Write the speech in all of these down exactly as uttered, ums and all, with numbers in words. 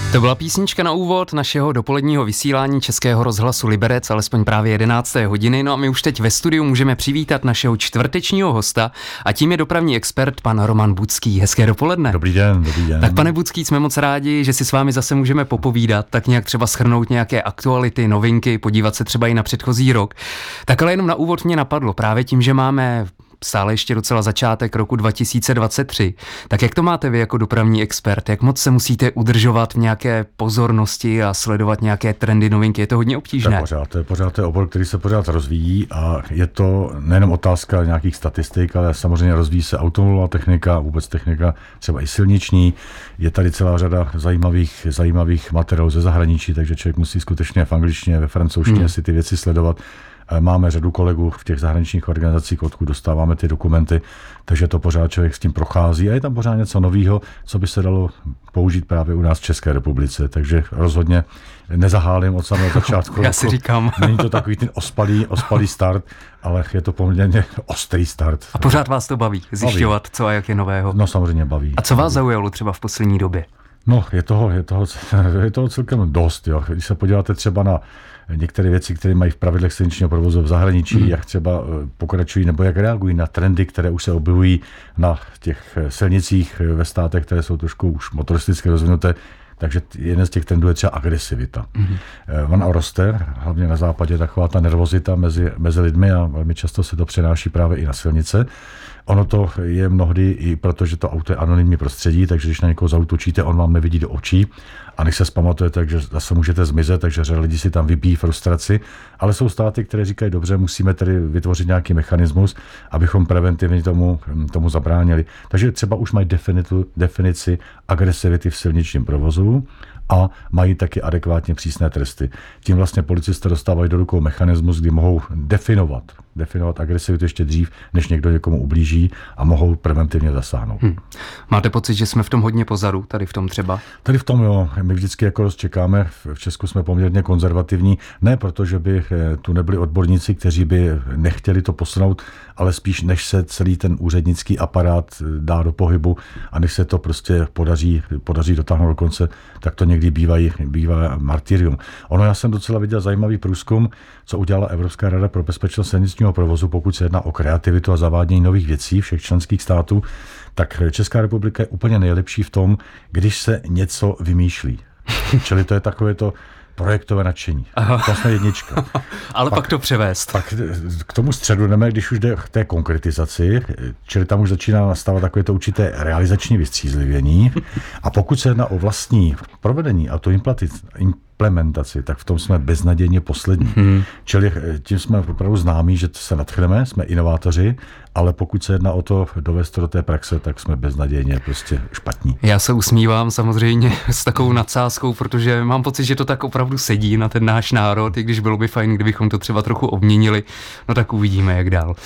To byla písnička na úvod našeho dopoledního vysílání Českého rozhlasu Liberec, alespoň právě jedenácté hodiny. No a my už teď ve studiu můžeme přivítat našeho čtvrtečního hosta a tím je dopravní expert pan Roman Budský. Hezké dopoledne. Dobrý den, dobrý den. Tak pane Budský, jsme moc rádi, že si s vámi zase můžeme popovídat, tak nějak třeba shrnout nějaké aktuality, novinky, podívat se třeba i na předchozí rok. Tak ale jenom na úvod mě napadlo právě tím, že máme stále ještě docela začátek roku dva tisíce dvacet tři. Tak jak to máte vy jako dopravní expert? Jak moc se musíte udržovat v nějaké pozornosti a sledovat nějaké trendy, novinky? Je to hodně obtížné? To pořád, to je pořád to je obor, který se pořád rozvíjí a je to nejenom otázka nějakých statistik, ale samozřejmě rozvíjí se automobilová technika, vůbec technika třeba i silniční. Je tady celá řada zajímavých, zajímavých materiálů ze zahraničí, takže člověk musí skutečně v angličtině, ve francouzštině hmm. si ty věci sledovat. Máme řadu kolegů v těch zahraničních organizacích, odkud dostáváme ty dokumenty, takže to pořád člověk s tím prochází a je tam pořád něco nového, co by se dalo použít právě u nás v České republice, takže rozhodně nezahálím od samého začátku. Já si říkám. Není to takový ten ospalý, ospalý start, ale je to poměrně ostrý start. A pořád vás to baví, zjišťovat, baví. Co a jak je nového? No samozřejmě baví. A co vás zaujalo třeba v poslední době? No, je toho, je toho, je toho celkem dost. Jo. Když se podíváte třeba na některé věci, které mají v pravidlech silničního provozu v zahraničí, mm. jak třeba pokračují nebo jak reagují na trendy, které už se objevují na těch silnicích ve státech, které jsou trošku už motoristicky rozvinuté, takže jeden z těch trendů je třeba agresivita. Mm. Ona roste, hlavně na západě taková ta nervozita mezi, mezi lidmi a velmi často se to přenáší právě i na silnice. Ono to je mnohdy i proto, že to auto je anonymní prostředí, takže když na někoho zaútočíte, on vám nevidí do očí a než se zpamatujete, takže zase můžete zmizet, takže řada lidí si tam vybíjí frustraci, ale jsou státy, které říkají, dobře, musíme tedy vytvořit nějaký mechanismus, abychom preventivně tomu, tomu zabránili. Takže třeba už mají definitu, definici agresivity v silničním provozu a mají taky adekvátně přísné tresty. Tím vlastně policisté dostávají do rukou mechanismus, kdy mohou definovat, definovat agresivitu ještě dřív, než někdo někomu ublíží a mohou preventivně zasáhnout. Hmm. Máte pocit, že jsme v tom hodně pozadu, tady v tom třeba? Tady v tom jo, my vždycky jako čekáme, v Česku jsme poměrně konzervativní, ne proto, že by tu nebyli odborníci, kteří by nechtěli to posunout, ale spíš než se celý ten úřednický aparát dá do pohybu a než se to prostě podaří, podaří dotáhnout do konce, tak to někdy bývají, bývá martyrium. Ono, já jsem docela viděl zajímavý průzkum, co udělala Evropská rada pro bezpečnost silničního provozu, pokud se jedná o kreativitu a zavádění nových věcí všech členských států, tak Česká republika je úplně nejlepší v tom, když se něco vymýšlí. Čili to je takové to projektové nadšení. To jsme jednička. Ale pak, pak to převést. Pak k tomu středu jdeme, když už jde k té konkretizaci, čili tam už začíná nastávat takové to určité realizační vystřízlivění. A pokud se jedná o vlastní provedení a to implementaci, tak v tom jsme beznadějně poslední. Hmm. Čili tím jsme opravdu známí, že se nadchneme, jsme inovátoři, ale pokud se jedná o to dovést to do té praxe, tak jsme beznadějně prostě špatní. Já se usmívám samozřejmě s takovou nadsázkou, protože mám pocit, že to tak opravdu sedí na ten náš národ, i když bylo by fajn, kdybychom to třeba trochu obměnili, no tak uvidíme, jak dál.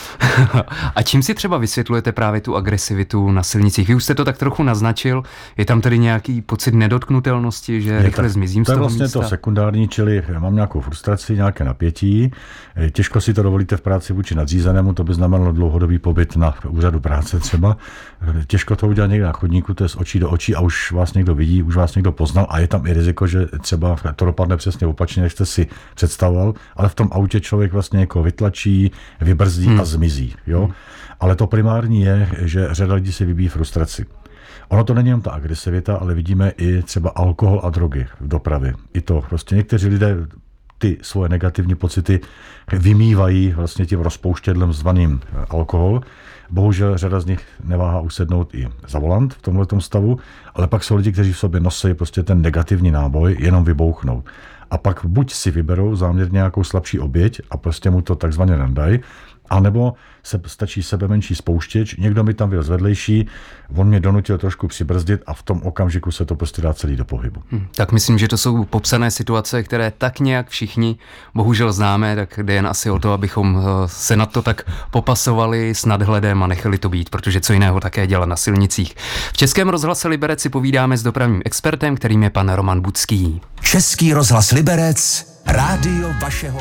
A čím si třeba vysvětlujete právě tu agresivitu na silnicích? Vy už jste to tak trochu naznačil, je tam tedy nějaký pocit nedotknutelnosti, že je rychle tak, zmizím z toho vlastně místa? To sekundární, čili mám nějakou frustraci, nějaké napětí, těžko si to dovolíte v práci vůči nadřízenému, to by znamenalo dlouhodobý pobyt na úřadu práce třeba. Těžko to udělat někde na chodníku, to je z očí do očí a už vás někdo vidí, už vás někdo poznal a je tam i riziko, že třeba to dopadne přesně opačně, než jste si představoval, ale v tom autě člověk vlastně jako vytlačí, vybrzdí hmm. a zmizí. Jo? Hmm. Ale to primární je, že řada lidí si vybíjí frustraci. Ono to není jen ta agresivita, ale vidíme i třeba alkohol a drogy v dopravě. I to prostě někteří lidé ty svoje negativní pocity vymývají vlastně tím rozpouštědlem zvaným alkohol. Bohužel řada z nich neváhá usednout i za volant v tomhletom stavu, ale pak jsou lidi, kteří v sobě nosí prostě ten negativní náboj, jenom vybouchnou. A pak buď si vyberou záměrně nějakou slabší oběť a prostě mu to takzvaně nandají, anebo se stačí sebe menší spouštěč, někdo mi tam byl zvedlejší, on mě donutil trošku přibrzdit a v tom okamžiku se to prostě dá celý do pohybu. Hmm, tak myslím, že to jsou popsané situace, které tak nějak všichni bohužel známe, tak jde jen asi o to, abychom se na to tak popasovali s nadhledem a nechali to být, protože co jiného také dělat na silnicích. V Českém rozhlase Liberec si povídáme s dopravním expertem, kterým je pan Roman Budský. Český rozhlas Liberec, rádio vašeho kraje.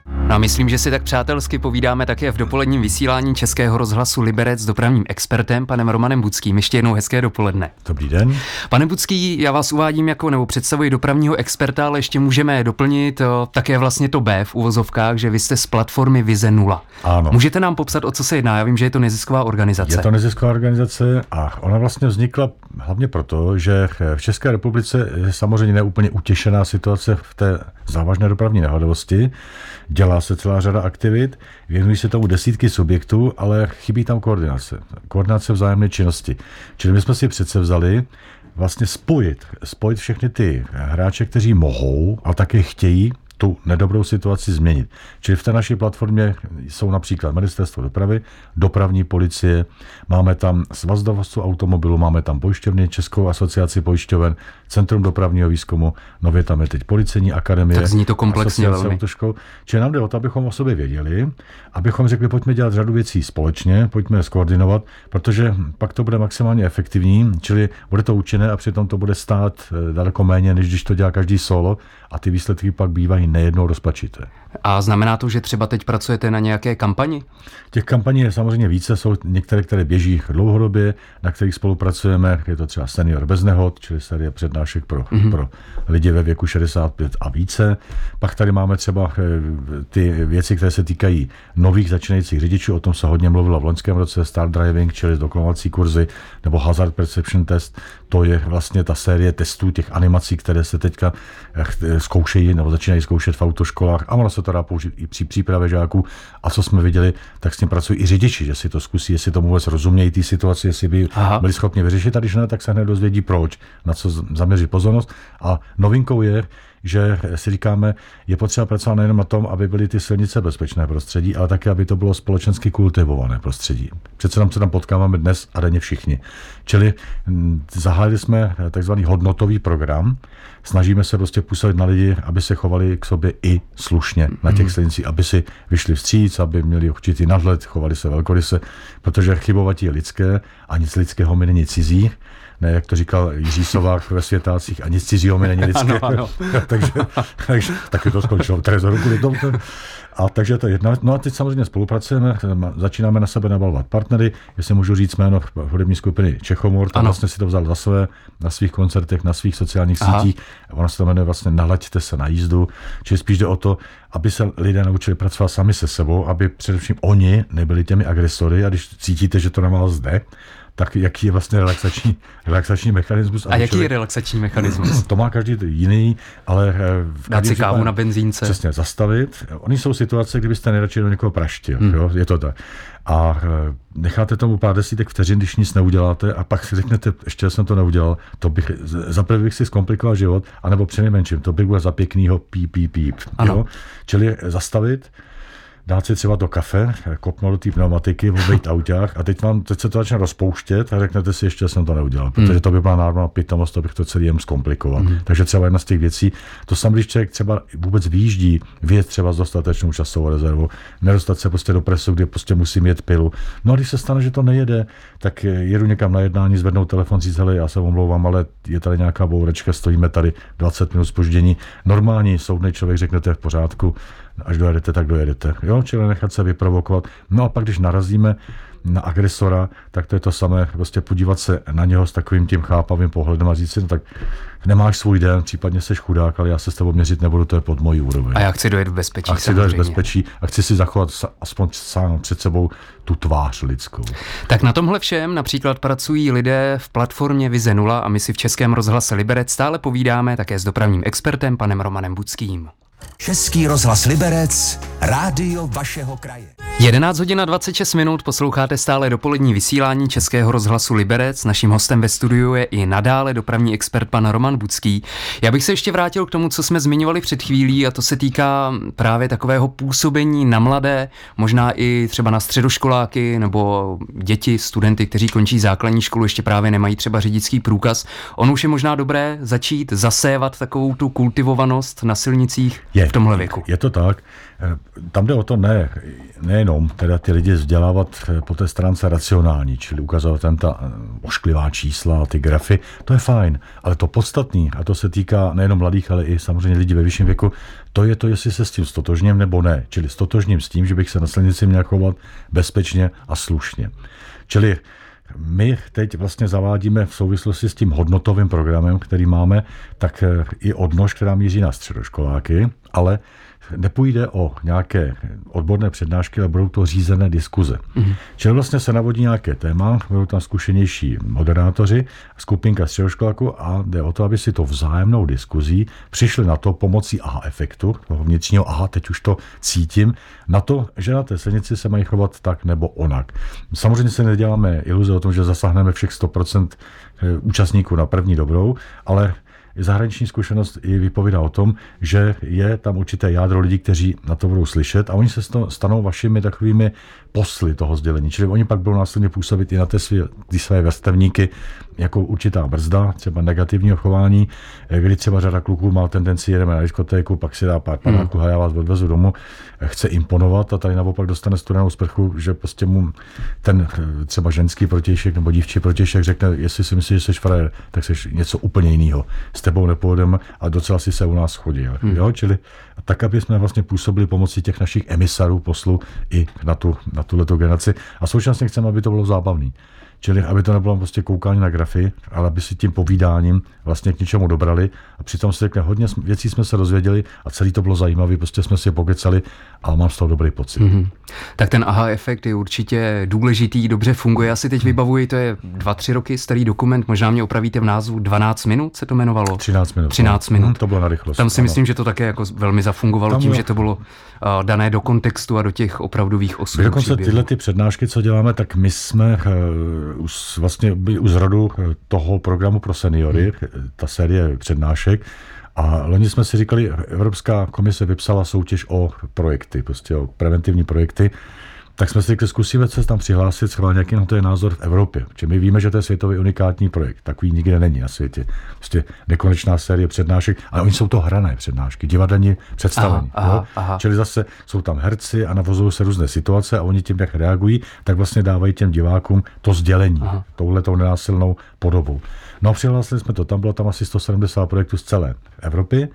No a myslím, že si tak přátelsky povídáme také v dopoledním vysílání Českého rozhlasu Liberec s dopravním expertem, panem Romanem Budským. Ještě jednou hezké dopoledne. Dobrý den. Pane Budský, já vás uvádím jako, nebo představuji dopravního experta, ale ještě můžeme doplnit o, také vlastně to B v uvozovkách, že vy jste z platformy Vize nula. Ano. Můžete nám popsat, o co se jedná? Já vím, že je to nezisková organizace. Je to nezisková organizace a ona vlastně vznikla hlavně proto, že v České republice je samozřejmě neúplně utěšená situace v té závažné dopravní nehodovosti. Dělá se celá řada aktivit, věnují se tomu desítky subjektů, ale chybí tam koordinace. Koordinace vzájemné činnosti. Čili my jsme si přece vzali vlastně spojit, spojit všechny ty hráče, kteří mohou, ale také chtějí tu nedobrou situaci změnit. Čili v té naší platformě jsou například Ministerstvo dopravy, dopravní policie, máme tam Svaz dovozců automobilů, máme tam pojišťovny, Českou asociaci pojišťoven, Centrum dopravního výzkumu, nově tam je teď Policejní akademie. Tak zní to komplexně velmi. Autoškol. Čili nám jde o to, abychom o sobě věděli, abychom řekli, pojďme dělat řadu věcí společně, pojďme je skoordinovat, protože pak to bude maximálně efektivní, čili bude to účinné a přitom to bude stát daleko méně, než když to dělá každý solo a ty výsledky pak bývají nejednou rozpačité. A znamená to, že třeba teď pracujete na nějaké kampani? Těch kampaní je samozřejmě více, jsou některé, které běží dlouhodobě, na kterých spolupracujeme, je to třeba Senior bez nehod, čili série přednášek pro, mm-hmm. pro lidi ve věku šedesát pět a více. Pak tady máme třeba ty věci, které se týkají nových začínajících řidičů, o tom se hodně mluvilo v loňském roce, Start Driving, čili dokonovací kurzy, nebo Hazard Perception Test, to je vlastně ta série testů, těch animací, které se teďka zkoušejí nebo začínají zkoušet v autoškolách a ono se to dá použít i při přípravě žáků. A co jsme viděli, tak s tím pracují i řidiči, že si to zkusí, jestli tomu vůbec rozumějí té situaci, jestli by Aha. byli schopni vyřešit, a když ne, tak se hned dozvědí proč, na co zaměří pozornost. A novinkou je, že si říkáme, je potřeba pracovat nejenom na tom, aby byly ty silnice bezpečné prostředí, ale také, aby to bylo společensky kultivované prostředí. Přece nám se tam potkáváme dnes a denně všichni. Čili zahájili jsme takzvaný hodnotový program, snažíme se prostě působit na lidi, aby se chovali k sobě i slušně na těch silnicích, aby si vyšli vstříc, aby měli určitý nadhled, chovali se velkoryse, protože chybovatí je lidské a nic lidského mi není cizí. Ne, jak to říkal Jiří Sovák ve Světácích, a nic cizího mi není lidské. Ano, ano. takže, takže taky to skončilo v trezoru kvůli tomu. A takže to je jedna. No a teď samozřejmě spolupracujeme, začínáme na sebe nabalovat partnery, jestli můžu říct jméno hudební skupiny Čechomor, tam vlastně si to vzal za své na svých koncertech, na svých sociálních Aha. sítích. Ono se to jmenuje vlastně Nalaďte se na jízdu, čili spíš jde o to, aby se lidé naučili pracovat sami se sebou, aby především oni nebyli těmi agresory, a když cítíte, že to na vás jde, tak jaký je vlastně relaxační, relaxační mechanismus. A jaký člověk, je relaxační mechanismus? To má každý jiný, ale... Dát si kávu na benzínce. Přesně, zastavit. Oni jsou situace, kdybyste nejradši do někoho praštil. Hmm. Jo? Je to tak. A necháte tomu pár desítek vteřin, když nic neuděláte, a pak si řeknete, ještě jsem to neudělal, to bych, za prvé bych si zkomplikoval život, anebo přinejmenším, to bych byl za pěknýho píp, píp, píp. Jo? Čili zastavit, dát si třeba do kafe, kopnout do té pneumatiky, obejít auták, a teď, vám, teď se to začne rozpouštět a řeknete si, ještě jsem to neudělal, protože mm. to by byla národná pitomost, to bych to celý jen zkomplikoval. Mm. Takže třeba jedna z těch věcí, to sam, když člověk třeba vůbec vyjíždí, vyjet třeba s dostatečnou časovou rezervou, nedostat se prostě do presu, kde prostě musím jet pilu. No a když se stane, že to nejede, tak jedu někam na jednání, zvednou telefon, říct, hele, já se omlouvám, ale je tady nějaká bourečka, stojíme tady dvacet minut zpoždění. Normální soudný člověk řeknete v pořádku, až dojedete, tak dojedete. Jo, čili nechat se vyprovokovat. No a pak, když narazíme na agresora, tak to je to samé, prostě podívat se na něho s takovým tím chápavým pohledem a říct si, no tak nemáš svůj den, případně seš chudák, ale já se s tebou měřit nebudu, to je pod mojí úroveň. A já chci dojet v bezpečí. A chci dojet v bezpečí a chci si zachovat aspoň sám před sebou tu tvář lidskou. Tak na tomhle všem například pracují lidé v platformě Vize nula a my si v Českém rozhlase Liberec stále povídáme také s dopravním expertem panem Romanem Budským. Český rozhlas Liberec, rádio vašeho kraje. jedenáct hodin a dvacet šest minut, posloucháte stále dopolední vysílání Českého rozhlasu Liberec. Naším hostem ve studiu je i nadále dopravní expert pan Roman Budský. Já bych se ještě vrátil k tomu, co jsme zmiňovali před chvílí, a to se týká právě takového působení na mladé, možná i třeba na středoškoláky nebo děti, studenty, kteří končí základní školu, ještě právě nemají třeba řidičský průkaz. On už je možná dobré začít zasévat takovou tu kultivovanost na silnicích. je v tomhle věku. Je to tak. Tam jde o to ne, nejenom teda ty lidi vzdělávat po té stránce racionální, čili ukazovat tam ta ošklivá čísla, ty grafy, to je fajn, ale to podstatný, a to se týká nejenom mladých, ale i samozřejmě lidí ve vyšším věku, to je to, jestli se s tím stotožním nebo ne. Čili stotožním s tím, že bych se na silnici měl chovat bezpečně a slušně. Čili my teď vlastně zavádíme v souvislosti s tím hodnotovým programem, který máme, tak i odnož, která míří na středoškoláky, ale nepůjde o nějaké odborné přednášky, ale budou to řízené diskuze. Mm. Čili vlastně se navodí nějaké téma, budou tam zkušenější moderátoři, skupinka středoškoláků a jde o to, aby si to vzájemnou diskuzí přišli na to pomocí aha efektu, toho vnitřního aha, teď už to cítím, na to, že na té silnici se mají chovat tak nebo onak. Samozřejmě se neděláme iluze o tom, že zasáhneme všech sto procent účastníků na první dobrou, ale zahraniční zkušenost i vypovídá o tom, že je tam určité jádro lidí, kteří na to budou slyšet a oni se stanou vašimi takovými posly toho sdělení. Čili oni pak budou následně působit i na té své, ty své vrstevníky jako určitá brzda, třeba negativního chování, kdy třeba řada kluků má tendenci, jedeme na diskotéku, pak si dá pár panáků, hmm. a já vás odvezu domů, chce imponovat a tady naopak dostane studenou sprchu, že prostě mu ten třeba ženský protějšek nebo dívčí protějšek řekne, jestli si myslíš, že jsi frajer, tak jsi něco úplně jiného. S tebou nepojedeme a docela si se u nás chodí. Hmm. Jo? Čili tak, aby jsme vlastně působili pomocí těch našich emisarů poslu i na tu, na tuhletu generaci a současně chceme, aby to bylo zábavný. Čili aby to nebylo prostě koukání na grafy, ale aby si tím povídáním vlastně k něčemu dobrali a přitom se řekne, hodně věcí jsme se dozvěděli a celý to bylo zajímavé, prostě jsme si je pokecali a mám z toho dobrý pocit. Mm-hmm. Tak ten aha efekt je určitě důležitý, dobře funguje. Já si teď vybavuji, to je dva, tři roky starý dokument, možná mě opravíte v názvu dvanáct minut se to jmenovalo? třináct minut. třináct minut. Hmm, to bylo na rychlost. Tam si ano. myslím, že to také jako velmi zafungovalo tam tím, bylo... že to bylo uh, dané do kontextu a do těch opravdových osudů. Dokonce tyhle ty přednášky, co děláme, tak my jsme uh, už vlastně byli u zrodu toho programu pro seniory, hmm. ta série přednášek. A loni jsme si říkali, Evropská komise vypsala soutěž o projekty, prostě o preventivní projekty, tak jsme si říkali, zkusíme se tam přihlásit, schválně jaký na to je názor v Evropě. Protože my víme, že to je světový unikátní projekt, takový nikde není na světě. Prostě nekonečná série přednášek, ale oni jsou to hrané přednášky, divadelní představení. Aha, aha, aha. Čili zase jsou tam herci a navozují se různé situace a oni tím, jak reagují, tak vlastně dávají těm divákům to sdělení, aha. touhletou nenásilnou podobou. No a přihlásili jsme to, tam bylo tam asi sto sedmdesát projektů z celé Evropy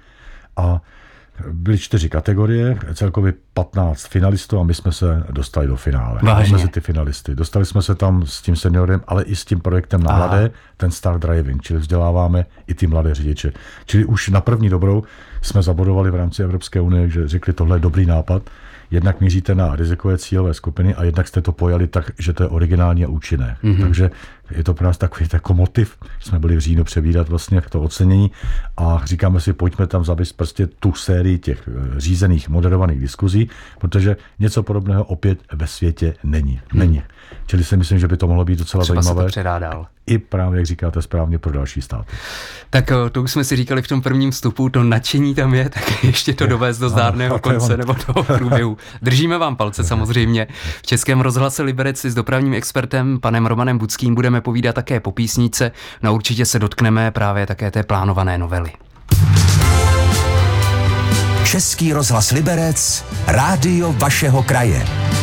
a byly čtyři kategorie, celkově patnáct finalistů a my jsme se dostali do finále. Vážně? Mezi ty finalisty. Dostali jsme se tam s tím seniorem, ale i s tím projektem na mladé, ten Start Driving, čili vzděláváme i ty mladé řidiče. Čili už na první dobrou jsme zabodovali v rámci Evropské unie, že řekli, tohle je dobrý nápad. Jednak míříte na rizikové cílové skupiny a jednak jste to pojali tak, že to je originální a účinné. Mm-hmm. Takže je to pro nás takový jako motiv. Jsme byli v říjnu přebírat vlastně to ocenění a říkáme si, pojďme tam zavést prostě tu sérii těch řízených, moderovaných diskuzí, protože něco podobného opět ve světě není. Mm. Není. Čili si myslím, že by to mohlo být docela třeba zajímavé. Se to předá dál. I právě, jak říkáte správně, pro další státy. Tak to už jsme si říkali v tom prvním vstupu, to nadšení tam je, tak ještě to dovést do zdárného konce nebo toho průběhu. Držíme vám palce samozřejmě. V Českém rozhlase Liberec si s dopravním expertem panem Romanem Budským budeme povídat také po písničce, no určitě se dotkneme právě také té plánované novely. Český rozhlas Liberec, rádio vašeho kraje.